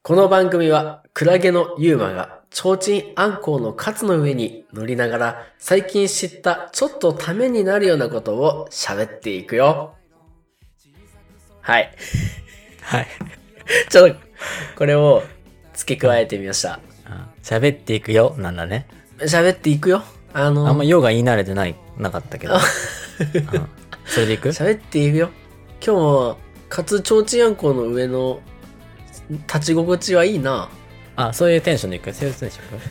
この番組はクラゲのユーマが提灯あんこうのカツの上に乗りながら最近知ったちょっとためになるようなことを喋っていくよ。はい。 はい。 ちょっとこれを付け加えてみました。 喋っていくよなんだね。 喋っていくよ。 あんまよが言い慣れてなかったけど。それでいく？ 喋っていくよ。今日もカツ提灯あんこうの上の立ち心地はいいな。 あ、そういうテンションでいく？そういうテンションでいく？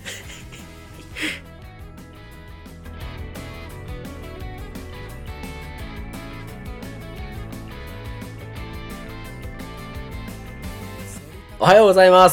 おはようございます。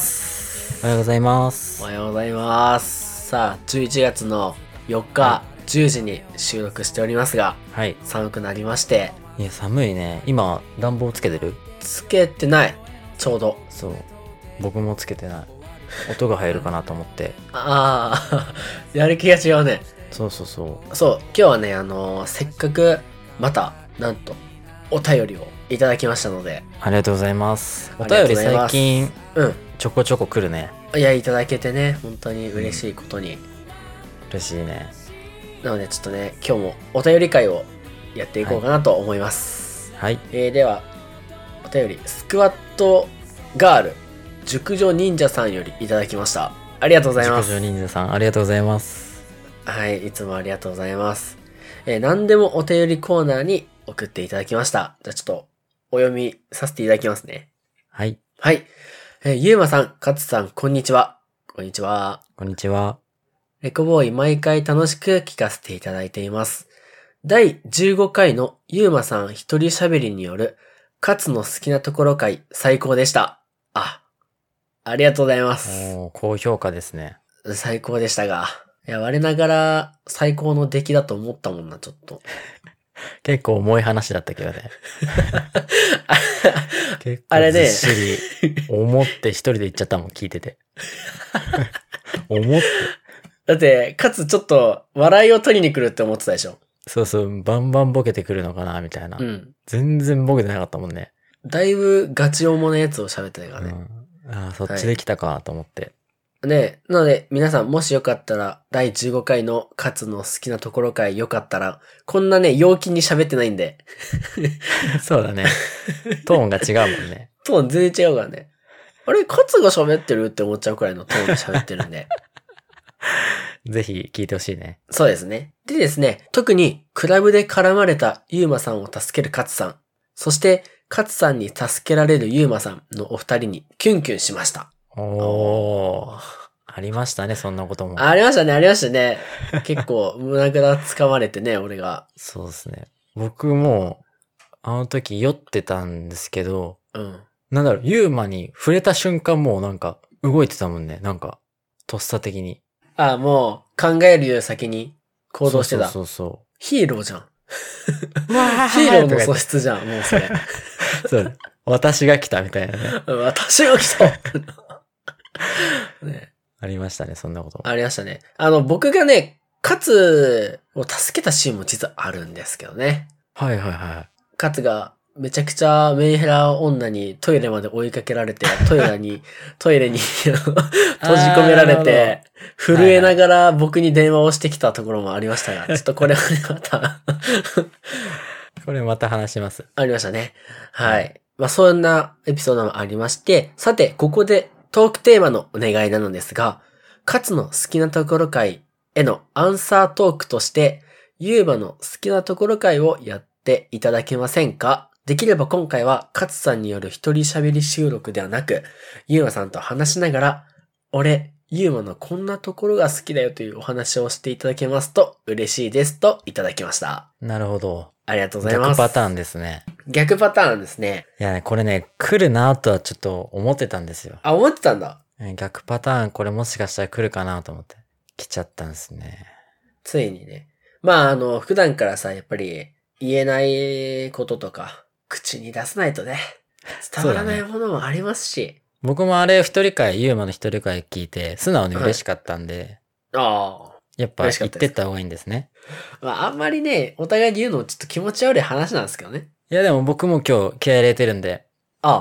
おはようございます。 おはようございます。さあ、11月の4日、10時に収録しておりますが、 はい。 寒くなりまして。 いや、寒いね。今、暖房つけてる？ つけてない。ちょうど。 そう。僕もつけてない。音が入るかなと思って。 ああ、やる気が違うね。 そうそうそう。 そう、今日はね、せっかく、また、なんと、お便りをいただきましたので。 ありがとうございます。お便り最近、ちょこちょこ来るね。 いや、いただけてね、本当に嬉しいことに。 嬉しいね。 なので、ちょっとね、今日もお便り会をやっていこうかなと思います。 はい。 では、お便り、スクワットガール、熟女忍者さんよりいただきました。ありがとうございます。 熟女忍者さん、ありがとうございます。 はい、いつもありがとうございます。何でもお便りコーナーに送っていただきました。じゃあちょっとお読みさせていただきますね。 はい。 はい。ゆうまさん、かつさん、こんにちは。こんにちは。 こんにちは。 レコボーイ、毎回楽しく聞かせていただいています。第15回のゆうまさん一人喋りによる、かつの好きなところ会、最高でした。ありがとうございます。 高評価ですね。 最高でしたが。いや、我ながら最高の出来だと思ったもんな、ちょっと。 結構重い話だったけどね。結あれね。 構ずっしり、思って一人で言っちゃったもん、聞いてて。思って。 だって、かつちょっと笑いを取りに来るって思ってたでしょ。 そうそう、バンバンボケてくるのかな、みたいな。全然ボケてなかったもんね。 だいぶガチ重なやつを喋ってたからね。 そっちで来たかと思って。 ね、なので皆さんもしよかったら第15回のカツの好きなところ回よかったらこんなね陽気に喋ってないんでそうだね。トーンが違うもんね。 トーン全然違うからね。あれカツが喋ってるって思っちゃうくらいのトーンで喋ってるんでぜひ聞いてほしいね。 そうですね。でですね、特にクラブで絡まれたユーマさんを助けるカツさん、そしてカツさんに助けられるユーマさんのお二人にキュンキュンしました。 ありましたね、そんなことも。 ありましたね、ありましたね。結構、胸ぐら掴まれてね、俺が。 そうですね。僕も、あの時酔ってたんですけど、なんだろう、ユーマに触れた瞬間もうなんか、動いてたもんね、なんか、とっさ的に。 もう、考えるより先に行動してた。 そう。 ヒーローじゃん。ヒーローの素質じゃん、もうそれ。 そう。私が来たみたいなね。 私が来たね、ありましたね、そんなこと。 ありましたね。僕がね、カツを助けたシーンも実はあるんですけどね。 はいはいはい。 カツがめちゃくちゃメンヘラ女にトイレまで追いかけられて、トイレに閉じ込められて、震えながら僕に電話をしてきたところもありましたが、ちょっとこれはね、またこれまた話します。 ありましたね。はい。まあ、そんなエピソードもありまして、さて、ここでトークテーマのお願いなのですが、カツの好きなところ会へのアンサートークとして、ユーマの好きなところ会をやっていただけませんか？できれば今回はカツさんによる一人喋り収録ではなく、ユーマさんと話しながら、俺、ユーマのこんなところが好きだよというお話をしていただけますと嬉しいですといただきました。 なるほど。 ありがとうございます。 逆パターンですね。 逆パターンですね。 いやね、これね、来るなとはちょっと思ってたんですよ。 思ってたんだ。 逆パターン、これもしかしたら来るかなと思って。来ちゃったんですね。 ついにね。まあ、普段からさ、やっぱり言えないこととか、口に出さないとね、伝わらないものもありますし。 僕もあれ一人会、ユーマの一人会聞いて、素直に嬉しかったんで。やっぱ言ってった方がいいんですね。 まあ、あんまりね、お互いに言うのもちょっと気持ち悪い話なんですけどね。 いやでも僕も今日気合入れてるんで。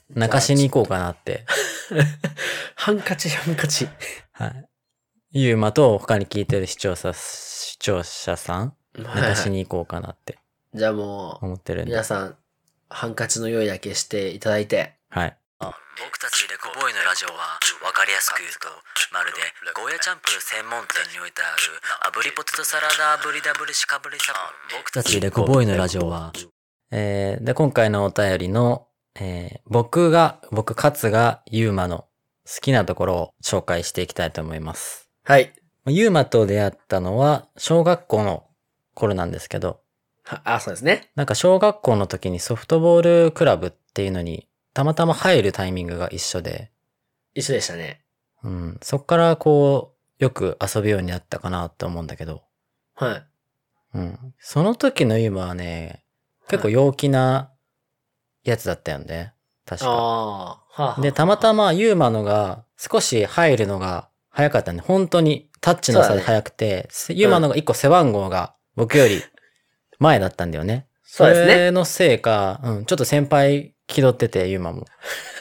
泣かしに行こうかなって。 ハンカチ。 はい。ゆうまと他に聞いてる視聴者さん、泣かしに行こうかなって。 じゃあもう、 思ってるんで。 皆さん、ハンカチの用意だけしていただいて。 はい。 僕たちレコボーイのラジオは分かりやすく言うとまるでゴーヤチャンプル専門店に置いてある炙りポテトサラダ炙りダブルしかぶりサ僕たちレコボーイのラジオはで今回のお便りの、僕勝がユーマの好きなところを紹介していきたいと思います。 はい。 ユーマと出会ったのは小学校の頃なんですけど。 そうですね。 なんか小学校の時にソフトボールクラブっていうのにたまたま入るタイミングが一緒で。 一緒でしたね。 うん。そっからこう、よく遊ぶようになったかなと思うんだけど。 はい。 うん。その時のユーマはね、結構陽気なやつだったよね。確か。で、たまたまユーマのが少し入るのが早かったんで、本当にタッチの差で早くて、ユーマのが一個背番号が僕より前だったんだよね。 そうですね。 それのせいか、ちょっと先輩気取ってて、ユーマも。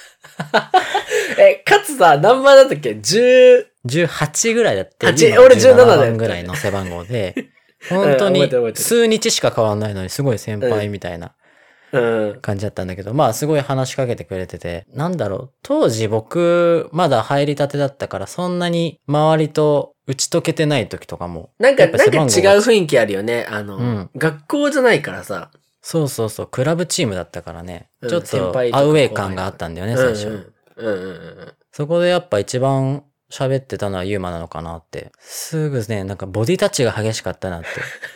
かつさ、何番だったっけ ?18 ぐらいだって。 俺17だよ。 ぐらいの背番号で、本当に数日しか変わんないのにすごい先輩みたいな感じだったんだけど、まあすごい話しかけてくれてて、なんだろう、当時僕まだ入りたてだったからそんなに周りと打ち解けてない時とかも。 なんか違う雰囲気あるよね。学校じゃないからさ。 そう、クラブチームだったからね。ちょっとアウェー感があったんだよね、最初。そこでやっぱ一番喋ってたのはユーマなのかなって。すぐね、なんかボディタッチが激しかったなって。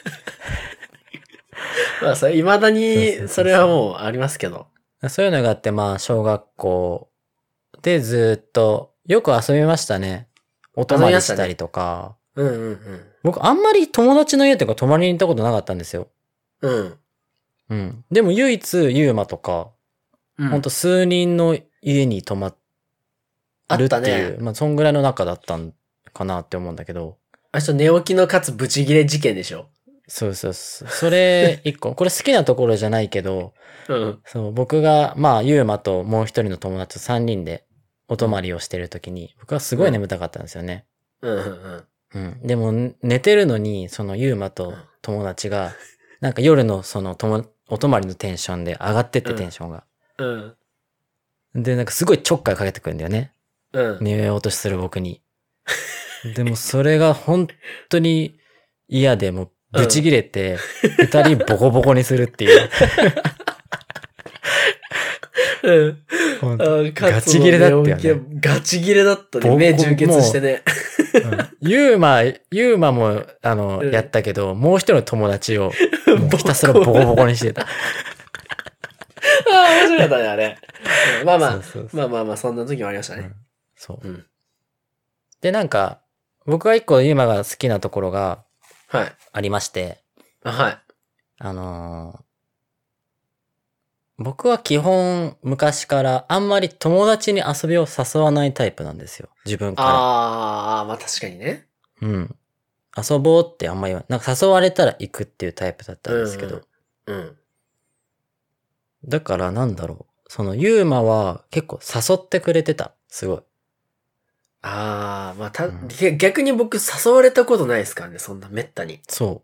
まあ、未だに、それはもうありますけど。 そういうのがあって、まあ、小学校でずっと、よく遊びましたね。お泊まりしたりとか。僕、あんまり友達の家とか泊まりに行ったことなかったんですよ。でも唯一、ユーマとか、ほんと数人の家に泊まるっていう、まあ、そんぐらいの中だったんかなって思うんだけど。 寝起きのかつブチギレ事件でしょ。 そう。それ一個。これ好きなところじゃないけど、そう、僕が、まあ、ユーマともう一人の友達と3人でお泊まりをしてるときに、僕はすごい眠たかったんですよね。でも、寝てるのに、そのユーマと友達が、なんか夜のそのお泊まりのテンションで上がってってテンションが。で、なんかすごいちょっかいかけてくるんだよね。寝ようとする僕に。でもそれが本当に嫌でもうブチ切れて、二人ボコボコにするっていう。ガチ切れだったよね。 ガチ切れだったね。目充血してね。 ユーマも、やったけど、もう一人の友達を、ひたすらボコボコにしてた。 面白かったね、あれ。まあ、そんな時もありましたね。 そう。で、なんか、僕は一個ユーマが好きなところが、ありまして。僕は基本昔からあんまり友達に遊びを誘わないタイプなんですよ。自分から。 まあ確かにね。 遊ぼうってあんま言わない。なんか誘われたら行くっていうタイプだったんですけど。だからなんだろう。そのユーマは結構誘ってくれてた。すごい。 まあ逆に僕誘われたことないですからね。そんなめったに。 そう。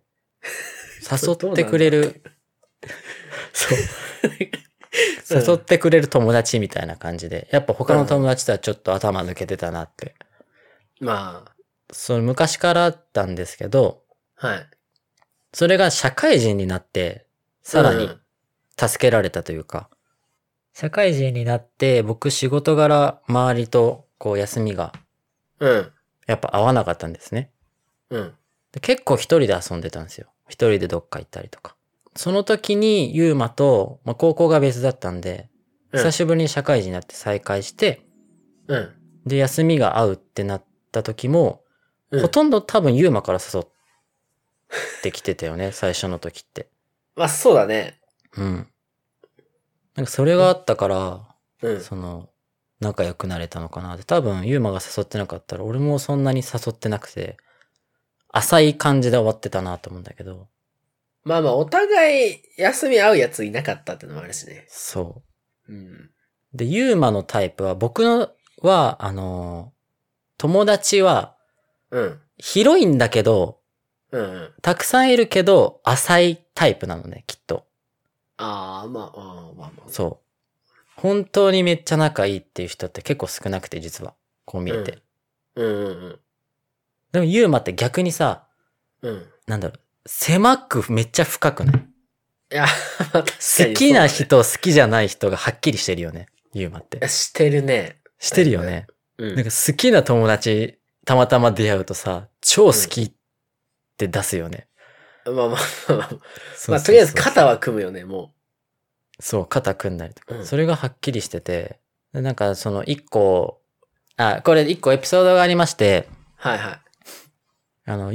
誘ってくれる。そう。誘ってくれる友達みたいな感じで。やっぱ他の友達とはちょっと頭抜けてたなって。 まあ。 その昔からあったんですけど。それが社会人になって、さらに助けられたというか。社会人になって僕仕事柄周りとこう休みが。やっぱ合わなかったんですね。で結構一人で遊んでたんですよ。一人でどっか行ったりとか。その時にユーマと、高校が別だったんで、久しぶりに社会人になって再会して、で、休みが合うってなった時も、ほとんど多分ユーマから誘ってきてたよね、最初の時って。 まあそうだね。 なんかそれがあったから、その、仲良くなれたのかなって。多分ユーマが誘ってなかったら、俺もそんなに誘ってなくて、浅い感じで終わってたなと思うんだけど。 まあお互い休み合うやついなかったってのもあるしね。 そう。 で、ユーマのタイプは、僕のは、友達は、 うん。 広いんだけど、 うんうん。 たくさんいるけど、浅いタイプなのね、きっと。 ああ、まあ。 そう。本当にめっちゃ仲いいっていう人って結構少なくて、実は。こう見えて。 うん。 でも、ユーマって逆にさ、なんだろう、狭くめっちゃ深くない？ いや、確かに好きな人、好きじゃない人がはっきりしてるよね、ユーマって。 してるね。 してるよね。なんか好きな友達、たまたま出会うとさ、超好きって出すよね。 まあ、とりあえず肩は組むよね、もう。そう、肩組んだりとか。それがはっきりしてて、なんかその一個エピソードがありまして、 はいはい。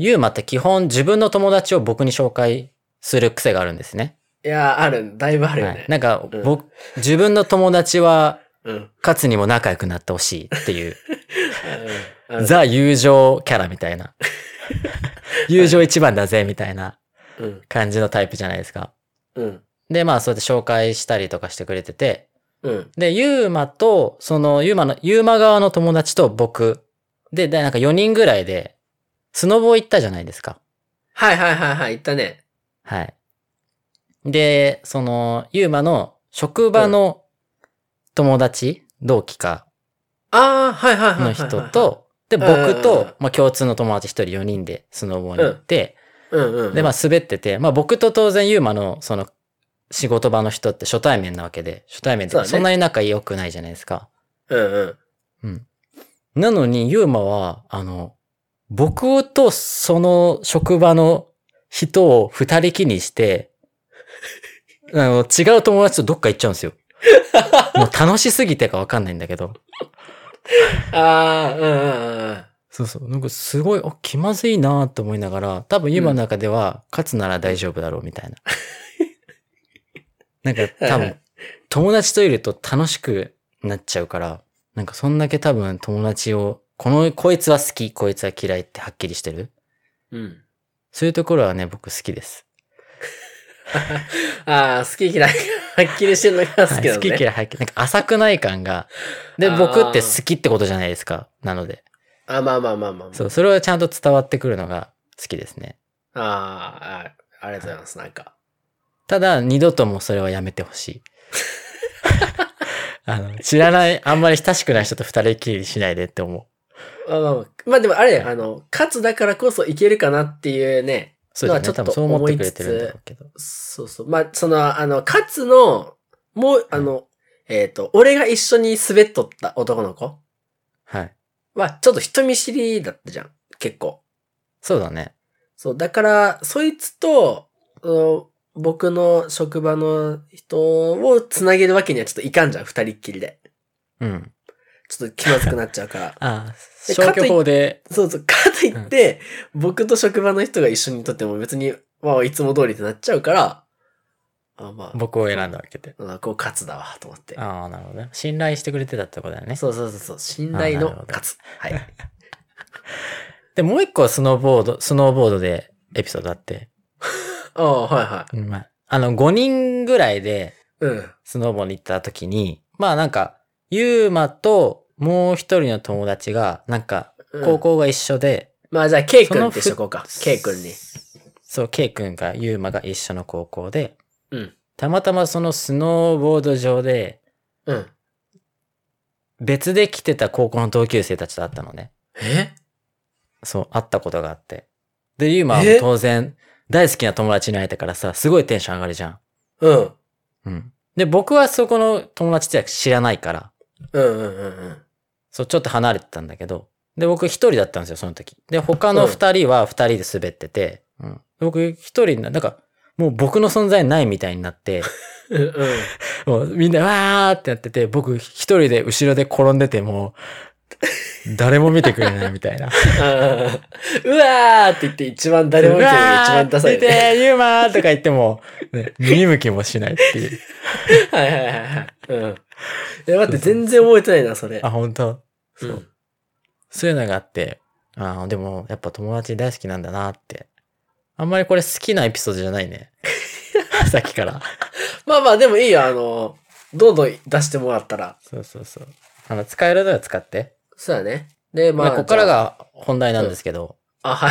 ユーマって基本自分の友達を僕に紹介する癖があるんですね。 いや、だいぶあるよね。はい、 なんか、自分の友達は、勝つにも仲良くなってほしいっていう、ザ友情キャラみたいな。友情一番だぜみたいな感じのタイプじゃないですか。で、まあそうやって紹介したりとかしてくれてて、で、ユーマと、そのユーマ側の友達と僕、で、なんか4人ぐらいで、スノボ行ったじゃないですか。 はい、行ったね。 はい。で、その、ユーマの職場の友達、同期か。の人と、で、僕と、まあ、共通の友達1人4人でスノボに行って、で、まあ、滑ってて、まあ、僕と当然ユーマの、その、仕事場の人って初対面なわけで、初対面ってそんなに仲良くないじゃないですか。なのに、ユーマは、僕とその職場の人を2人きりにして、違う友達とどっか行っちゃうんですよ。もう楽しすぎてかわかんないんだけど。そうそう。なんかすごい、気まずいなと思いながら、多分今の中では、勝つなら大丈夫だろうみたいな。なんか多分、友達といると楽しくなっちゃうから、なんかそんだけ多分友達を、こいつは好き、こいつは嫌いってはっきりしてる。そういうところはね、僕好きです。 好き嫌いがはっきりしてるのが好きなのね。 好き嫌いはっきり。なんか浅くない感が。で、僕って好きってことじゃないですか。なので。 まあ。 そう、それはちゃんと伝わってくるのが好きですね。 ありがとうございます、なんか。 ただ、二度ともそれはやめてほしい。知らない、あんまり親しくない人と二人きりしないでって思う。まあでもあれ、勝つだからこそいけるかなっていうね。 そうですね。多分そう思ってくれてるんだろうけど。 そう。まあ、勝つの、もう、俺が一緒に滑っとった男の子。 はい。 ちょっと人見知りだったじゃん。結構。 そうだね。 そう、だから、そいつと、僕の職場の人をつなげるわけにはちょっといかんじゃん、二人っきりで。ちょっと気まずくなっちゃうから。 消去法で。 そう、かといって、僕と職場の人が一緒にとっても別に、いつも通りってなっちゃうから、 僕を選んだわけで。 こう勝つだわ、と思って。 なるほどね。信頼してくれてたってことだよね。 そう。信頼の勝つ。はい。 で、もう一個スノーボードでエピソードあって。 はい。 5人ぐらいで、スノーボーに行った時に、なんか、ユーマともう一人の友達が、なんか、高校が一緒で、 じゃあ、ケイ君ってしとこうか。ケイ君に。 そう、ケイ君が、ユーマが一緒の高校で、たまたまそのスノーボード場で、別で来てた高校の同級生たちと会ったのね。そう、会ったことがあって。で、ユーマは当然、大好きな友達に会えたからさ、すごいテンション上がるじゃん。で、僕はそこの友達って知らないから。そう、ちょっと離れてたんだけど。で、僕一人だったんですよ、その時。で、他の二人は二人で滑ってて、僕一人なんか、もう僕の存在ないみたいになって、もうみんなわーってやってて、僕一人で後ろで転んでても、誰も見てくれないみたいな。 うわーって言って一番誰も見てない一番ダサい、ね。 見てユーマーとか言っても、見向きもしないっていう。 はい。待って、全然覚えてないな、それ。 本当。そう。そういうのがあって、でもやっぱ友達大好きなんだなって。あんまりこれ好きなエピソードじゃないね。さっきから。 でもいいよ、 どんどん出してもらったら。 そう。使えるのは使って。 そうだね。で、 まあ、ここからが本題なんですけど。 あ、はい。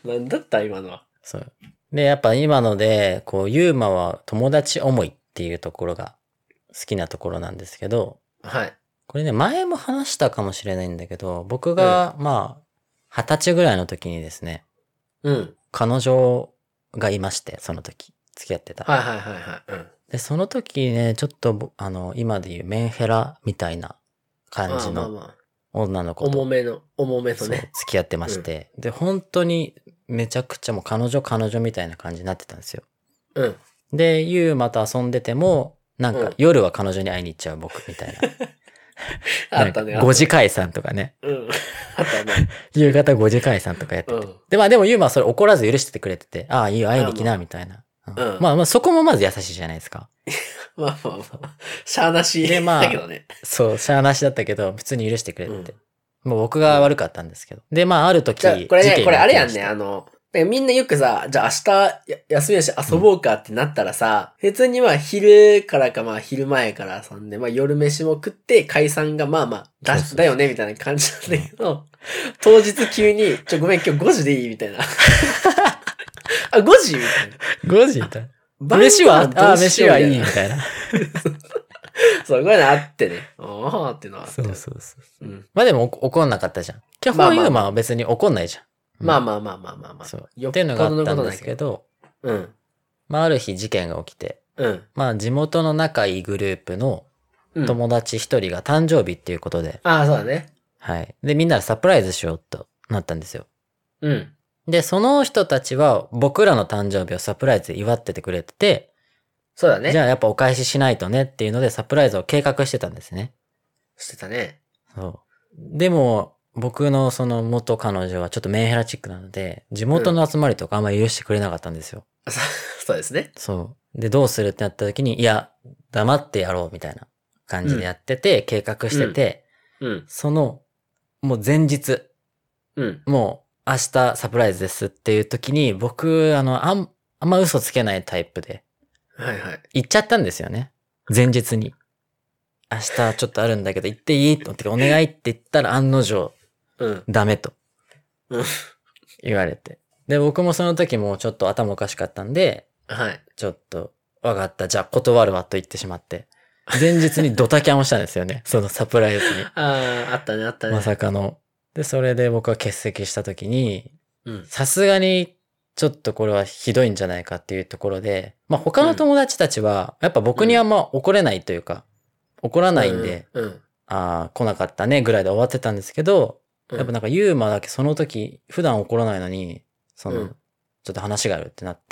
なんだった今のは。 そう。で、やっぱ今ので、こう、ユーマは友達思いっていうところが好きなところなんですけど。 はい。 これね、前も話したかもしれないんだけど、僕が、まあ、20歳ぐらいの時にですね。 うん。 彼女がいまして、その時。付き合ってた。 はい。うん。 で、その時ね、ちょっと、今で言うメンヘラみたいな感じの女の子と。 重めのね。 付き合ってまして。で、本当にめちゃくちゃもう彼女みたいな感じになってたんですよ。 うん。 で、ユーマと遊んでても、なんか夜は彼女に会いに行っちゃう僕みたいな。 あったね。 5時解散とかね。 うん。あったね。 夕方5時解散とかやってて。で、まあでもユーマはそれ怒らず許しててくれてて、ああ、いいよ、会いに来な、みたいな。まあそこもまず優しいじゃないですか。 まあ。しゃーなし。 で、まあ、 だけどね。 そう、しゃーなしだったけど、普通に許してくれてて。もう僕が悪かったんですけど。で、まあある時、 これあれやんね、みんなよくさ、じゃあ明日休みだし遊ぼうかってなったらさ、普通にまあ昼からかまあ昼前から遊んで、まあ夜飯も食って解散がまあだよねみたいな感じなんだけど、当日急に、ごめん今日5時でいいみたいな。あ、5時みたいな。 5時みたいな。飯はいいみたいな。 そう、こういうのあってね。ああっていうのはあって。 そう。まあでも怒んなかったじゃん。基本ユーマは別に怒んないじゃん。 まあ。 そう。っていうのがあったんですけど、 うん。 まあある日事件が起きて、 うん。 まあ地元の仲いいグループの友達一人が誕生日っていうことで、 ああ、そうだね。 はい。で、みんなでサプライズしようとなったんですよ。 うん。 で、その人たちは僕らの誕生日をサプライズで祝っててくれてて、 そうだね。 じゃあやっぱお返ししないとねっていうのでサプライズを計画してたんですね。 してたね。 そう。でも、僕のその元彼女はちょっとメンヘラチックなので、地元の集まりとかあんまり許してくれなかったんですよ。 そうですね。 そう。で、どうするってなった時に、いや、黙ってやろうみたいな感じでやってて、計画してて、その、もう前日、もう明日サプライズですっていう時に、僕、あんま嘘つけないタイプで、行っちゃったんですよね。前日に。明日ちょっとあるんだけど行っていいと思ってお願いって言ったら案の定、ダメと。言われて。で、僕もその時もちょっと頭おかしかったんで、ちょっと、わかった、じゃあ断るわと言ってしまって、前日にドタキャンをしたんですよね。そのサプライズに。 あったね。 まさかの。で、それで僕は欠席した時に、さすがに、ちょっとこれはひどいんじゃないかっていうところで、まあ他の友達たちは、やっぱ僕にはあんま怒れないというか、怒らないんで、ああ、来なかったねぐらいで終わってたんですけど、やっぱなんかユーマだけその時、普段怒らないのに、ちょっと話があるってなって、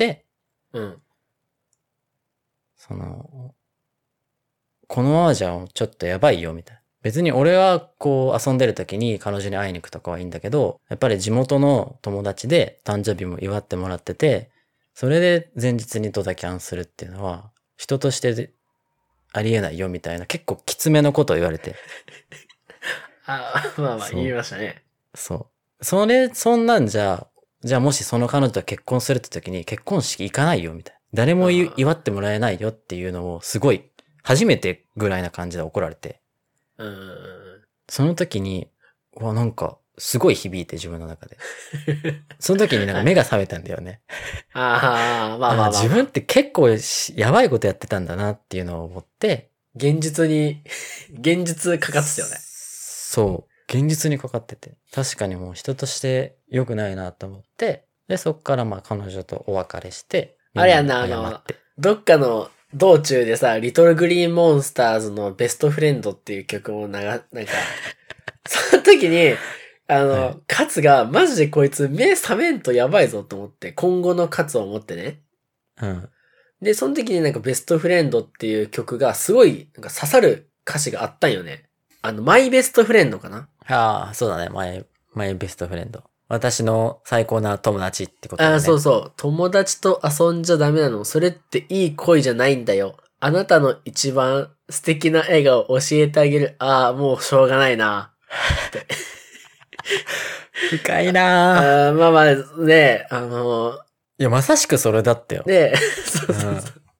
このままじゃちょっとやばいよみたいな。別に俺はこう遊んでる時に彼女に会いに行くとかはいいんだけど、やっぱり地元の友達で誕生日も祝ってもらってて、それで前日にドタキャンするっていうのは、人としてありえないよみたいな結構きつめのことを言われて。 まあ言いましたね。 そう。そんなんじゃあもしその彼女と結婚するって時に結婚式行かないよみたいな。誰も祝ってもらえないよっていうのをすごい初めてぐらいな感じで怒られて。その時に、なんかすごい響いて自分の中で。その時になんか目が覚めたんだよね。自分って結構やばいことやってたんだなっていうのを思って、 現実かかってたよね。 そう。現実にかかってて。確かにもう人として良くないなと思って、で、そっからまあ彼女とお別れして、 あれやんな、どっかの道中でさ、リトルグリーンモンスターズのベストフレンドっていう曲もなんか、その時に、カツがマジでこいつ目覚めんとやばいぞと思って、今後のカツを思ってね。で、その時になんかベストフレンドっていう曲がすごいなんか刺さる歌詞があったんよね。マイベストフレンドかな？ ああ、そうだね。マイベストフレンド。私の最高な友達ってことだね。 そう。友達と遊んじゃダメなの。それっていい恋じゃないんだよ。あなたの一番素敵な笑顔教えてあげる。もうしょうがないな。って深いなまあね、 いや、まさしくそれだったよ。 ねそう。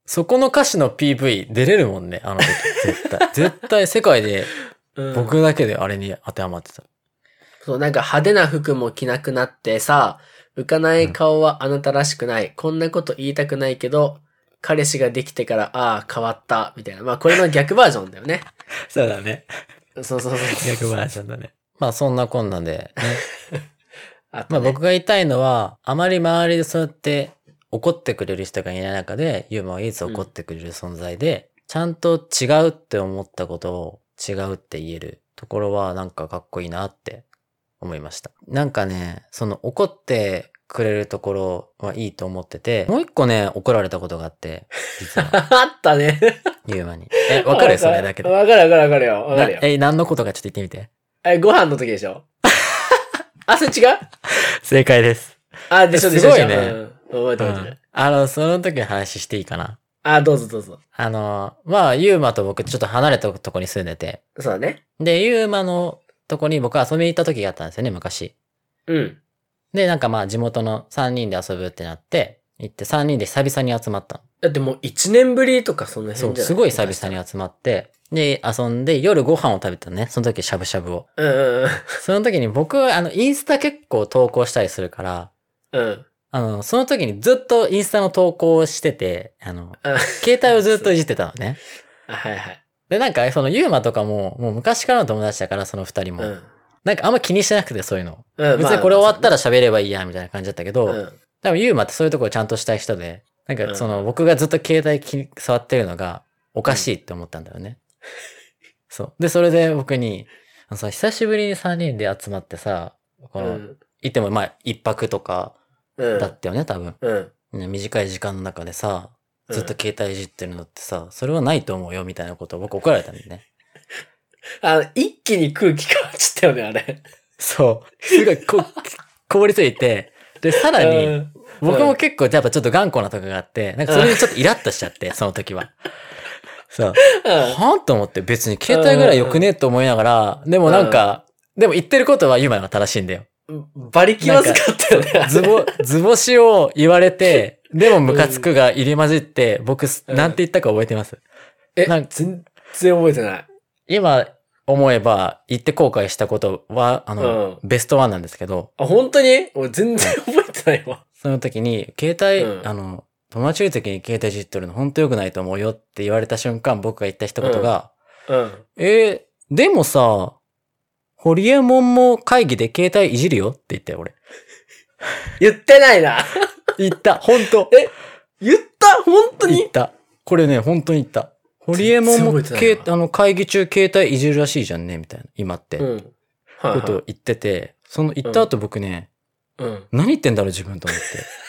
そこの歌詞の PV 出れるもんね、あの時。絶対世界で僕だけであれに当てはまってた。 そう、なんか派手な服も着なくなってさ、浮かない顔はあなたらしくない。こんなこと言いたくないけど、彼氏ができてから、ああ、変わった、みたいな。まあ、これの逆バージョンだよね。 そうだね。 そう。 逆バージョンだね。まあ、そんなこんなんで、ね。 あとね、 まあ、僕が言いたいのは、あまり周りでそうやって怒ってくれる人がいない中で、ユーマはいつ怒ってくれる存在で、ちゃんと違うって思ったことを違うって言えるところはなんかかっこいいなって思いました。なんかね、その怒ってくれるところはいいと思ってて、もう一個ね、怒られたことがあって、実は。 あったね。 ユーマに。わかるそれだけで。 わかるよ。わかるよ。 何のことかちょっと言ってみて。 ご飯の時でしょあ、それ違う正解です。 あ、でしょ。 すごいね。 覚えてる。 その時の話していいかな。 あ、どうぞ。 まあ、ユーマと僕ちょっと離れたとこに住んでて。 そうだね。 で、ユーマのとこに僕遊びに行った時があったんですよね、昔。 うん。 で、なんかまあ地元の3人で遊ぶってなって、行って3人で久々に集まったの。 だってもう1年ぶりとかその辺じゃない？ そう、すごい久々に集まって、で、遊んで夜ご飯を食べたのね。その時しゃぶしゃぶを。その時に僕はインスタ結構投稿したりするから、その時にずっとインスタの投稿をしてて、携帯をずっといじってたのね。 はい。 で、なんか、そのユーマとかもう昔からの友達だから、その二人も。なんかあんま気にしてなくて、そういうの。別にこれ終わったら喋ればいいや、みたいな感じだったけど、多分ユーマってそういうところちゃんとしたい人で、なんか僕がずっと携帯触ってるのがおかしいって思ったんだよね。そう。で、それで僕に、久しぶりに3人で集まってさ、いてもまあ一泊とかだったよね、多分。短い時間の中でさ、ずっと携帯いじってるのってさ、それはないと思うよ、みたいなことを僕怒られたんだよね。 一気に空気変わっちゃったよね、あれ。 そう。すごい凍りついて、で、さらに、僕も結構やっぱちょっと頑固なとこがあって、なんかそれにちょっとイラッとしちゃって、その時は。そう。はぁと思って別に携帯ぐらい良くねえと思いながら、でもなんか、でも言ってることはユーマが正しいんだよ。 馬力まずかったよね。 図星を言われて、でもムカつくが入り混じって、僕、なんて言ったか覚えてます？ 全然覚えてない。 今思えば、言って後悔したことは、ベストワンなんですけど。 あ、本当に？俺全然覚えてないわ。 その時に、携帯、友達いる時に携帯いじっとるの本当良くないと思うよって言われた瞬間、僕が言った一言が、でもさ、ホリエモンも会議で携帯いじるよって言ったよ、俺。 言ってないな。 言った、本当。 言った本当に言った。これね、本当に言った。ホリエモンも会議中携帯いじるらしいじゃんね、みたいな。今って。ことを言ってて、その言った後僕ね、何言ってんだろう自分と思って。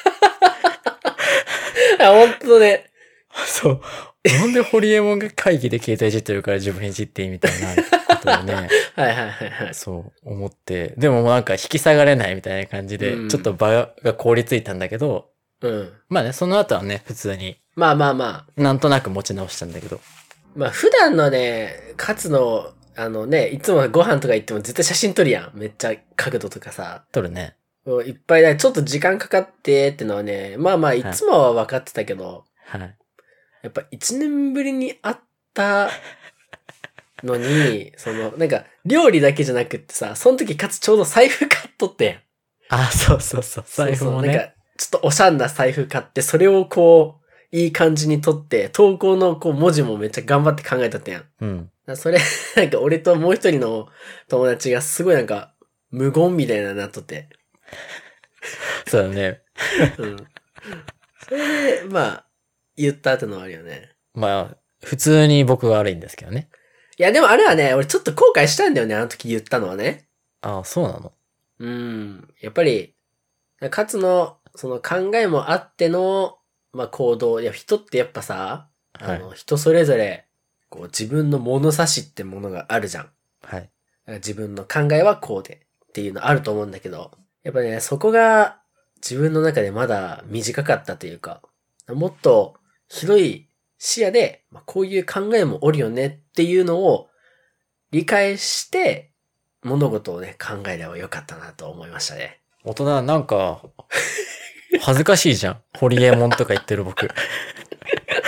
本当ね。 そう。なんでホリエモンが会議で携帯いじってるから自分いじっていいみたいなことをね。そう思って。でもなんか引き下がれないみたいな感じで、ちょっと場が凍りついたんだけど、まあね、その後はね、普通に。 まあ。 なんとなく持ち直したんだけど。 まあ普段のね、カツの、いつもご飯とか行っても絶対写真撮るやん。めっちゃ角度とかさ。 撮るね。 いっぱいだ。ちょっと時間かかってってのはね、まあいつもは分かってたけど、やっぱ1年ぶりに会ったのに、なんか、料理だけじゃなくってさ、その時かつちょうど財布買っとってん。 そう。財布もね。 なんか、ちょっとおしゃんな財布買って、それをこう、いい感じに撮って、投稿のこう文字もめっちゃ頑張って考えたってやん。それ、なんか俺ともう一人の友達がすごいなんか、無言みたいななっとって。 そうだね。 それで、まあ、言ったってのはあるよね。 まあ、普通に僕が悪いんですけどね。 いや、でもあれはね、俺ちょっと後悔したんだよね、あの時言ったのはね。 そうなの？ やっぱり、かつの、その考えもあっての、まあ行動。いや、人ってやっぱさ、人それぞれ、こう自分の物差しってものがあるじゃん。自分の考えはこうでっていうのあると思うんだけど、やっぱね、そこが自分の中でまだ短かったというか、もっと広い視野で、こういう考えもおるよねっていうのを理解して物事をね、考えればよかったなと思いましたね。 大人、なんか、恥ずかしいじゃん。ホリエモンとか言ってる僕。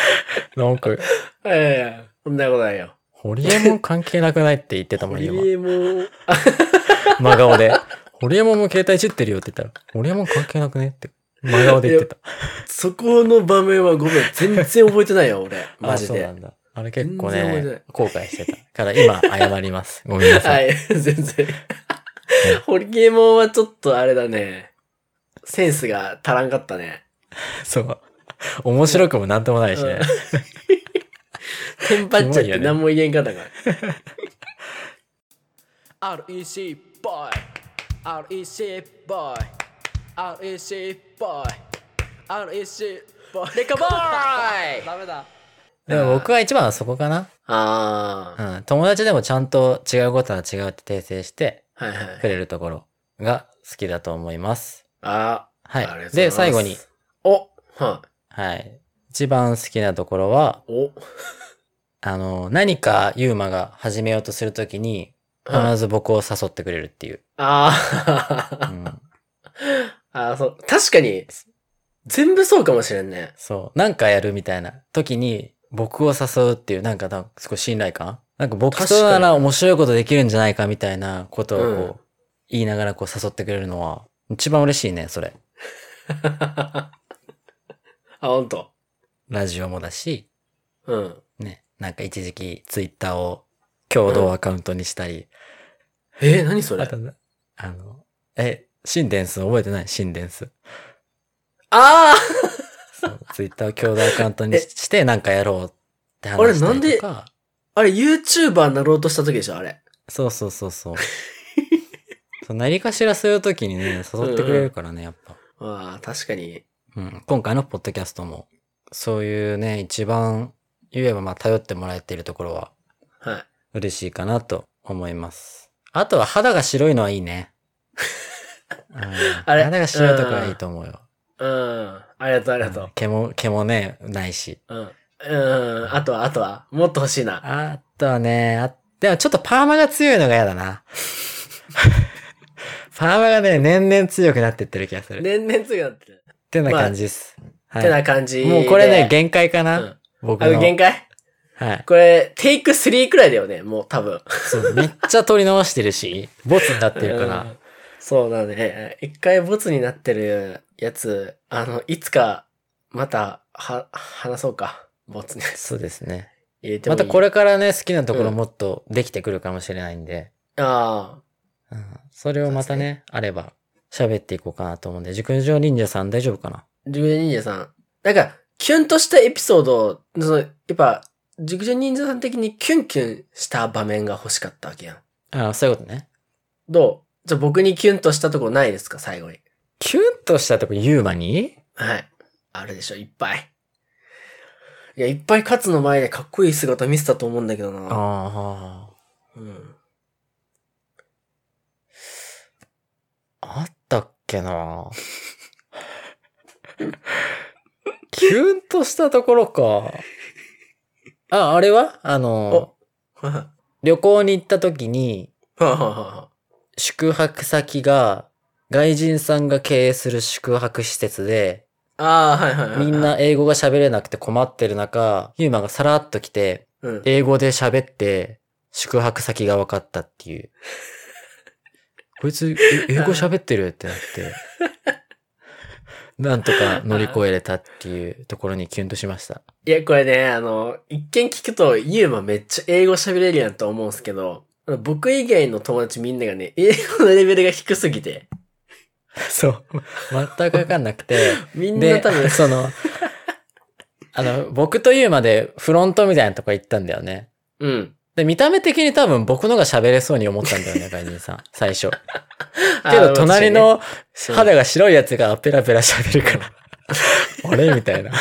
なんか、 そんなことないよ。 ホリエモン関係なくないって言ってたもん、今。 ホリエモン、 真顔で。ホリエモンも携帯いじってるよって言ったら、ホリエモン関係なくねって。真顔で言ってた。 そこの場面はごめん、全然覚えてないよ、俺。マジで。 そうなんだ。あれ結構全然覚えてないね、後悔してた。から今、謝ります。ごめんなさい。 はい、全然。ホリエモンはちょっとあれだね。センスが足らんかったね。 そう。面白くもなんともないしね。 テンパっちゃって何も言えんかったから。REC ボーイ REC ボーイ REC ボーイ REC ボーイレカボーイダメだ。 でも僕は一番はそこかな。友達でもちゃんと違うことは違うって訂正してくれるところが好きだと思います。 はい。 で、最後に。 はい。 一番好きなところは、何かユーマが始めようとするときに、必ず僕を誘ってくれるっていう。 そう。確かに、全部そうかもしれんね。 そう。なんかやるみたいな時に、僕を誘うっていう、なんかすごい信頼感。なんか僕となら面白いことできるんじゃないかみたいなことをこう、言いながらこう誘ってくれるのは、一番嬉しいね、それ。 ほんと。 ラジオもだし、 ね。 なんか一時期ツイッターを共同アカウントにしたり。 何それ？ シンデンス覚えてない？シンデンス。そう、ツイッターを共同アカウントにしてなんかやろうって話したりとか。 あれ YouTuber になろうとした時でしょあれ。 そう。そう何かしらそういう時にね、誘ってくれるからね、やっぱ。 確かに。 今回のポッドキャストも、そういうね、一番言えば頼ってもらえているところは、嬉しいかなと思います。あとは肌が白いのはいいね。肌が白いところはいいと思うよ。 ありがとう。 毛もね、ないし。 あとはもっと欲しいな。 あとはね、でもちょっとパーマが強いのが嫌だな。パーマがね、年々強くなってってる気がする。 年々強くなってる。 ってな感じです。 ってな感じ。 もうこれね、限界かな、僕の。 限界？はい。これ、テイク3くらいだよね、もう多分。 そう、めっちゃ撮り直してるし、ボツになってるから。 そうだね。一回ボツになってるやつ、いつか、また、話そうか。ボツに。 そうですね。またこれからね、好きなところもっとできてくるかもしれないんで。それをまたね、あれば、喋っていこうかなと思うんで、熟女忍者さん大丈夫かな？ 熟女忍者さん。なんか、キュンとしたエピソード、やっぱ、熟女忍者さん的にキュンキュンした場面が欲しかったわけやん。 そういうことね。 どう？じゃあ僕にキュンとしたとこないですか、最後に。 キュンとしたとこユーマに？ はい。あるでしょ、いっぱい。いや、いっぱい勝つの前でかっこいい姿見せたと思うんだけどな。 あったっけなキュンとしたところか。あれは旅行に行った時に、宿泊先が、外人さんが経営する宿泊施設で、みんな英語が喋れなくて困ってる中、ユーマがさらっと来て、英語で喋って、宿泊先が分かったっていう。こいつ、英語喋ってるってなって、なんとか乗り越えれたっていうところにキュンとしました。 いや、これね、一見聞くと、ユーマめっちゃ英語喋れるやんと思うんすけど、僕以外の友達みんながね、英語のレベルが低すぎて。 そう。全くわかんなくて。 みんな多分。 僕とユーマでフロントみたいなとこ行ったんだよね。で、見た目的に多分僕のが喋れそうに思ったんだよね、外人さん。最初。けど、隣の肌が白いやつがペラペラ喋るから。あれみたいな。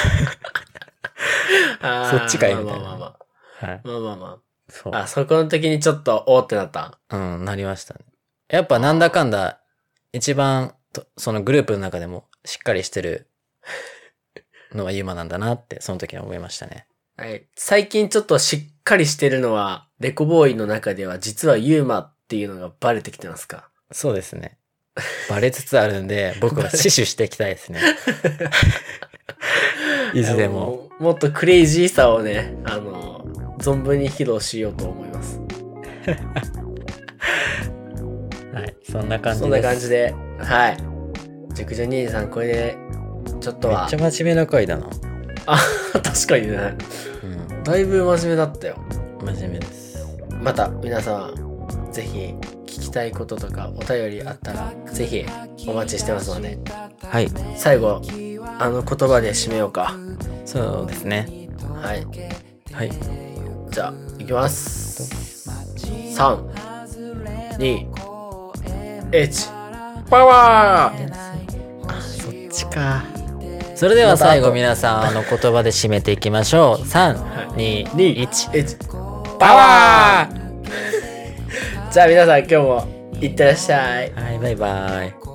そっちかいみたいな。 まあ。そこの時にちょっと、おーってなった。 なりましたね。やっぱなんだかんだ、一番、そのグループの中でもしっかりしてるのはユーマなんだなって、その時に思いましたね。 はい。最近ちょっとしっかりしてるのは、レコボーイの中では実はユーマっていうのがバレてきてますか？ そうですね。バレつつあるんで、僕は死守していきたいですね。いずれも。 もっとクレイジーさをね、存分に披露しようと思います。 はい、そんな感じです。 そんな感じで、はい。熟女兄さん、これで、ちょっとは。 めっちゃ真面目な回だな。 あ、確かにね。うん。だいぶ真面目だったよ。 真面目です。 また、皆さん、ぜひ、聞きたいこととか、お便りあったら、ぜひ、お待ちしてますので。 はい。 最後、言葉で締めようか。 そうですね。 はい。 はい。 じゃあ、いきます。3、2、1、パワー。 あ、そっちか。それでは最後皆さん言葉で締めていきましょう。3、2、1、パワー。 じゃあ皆さん今日もいってらっしゃい。 はい、バイバイ。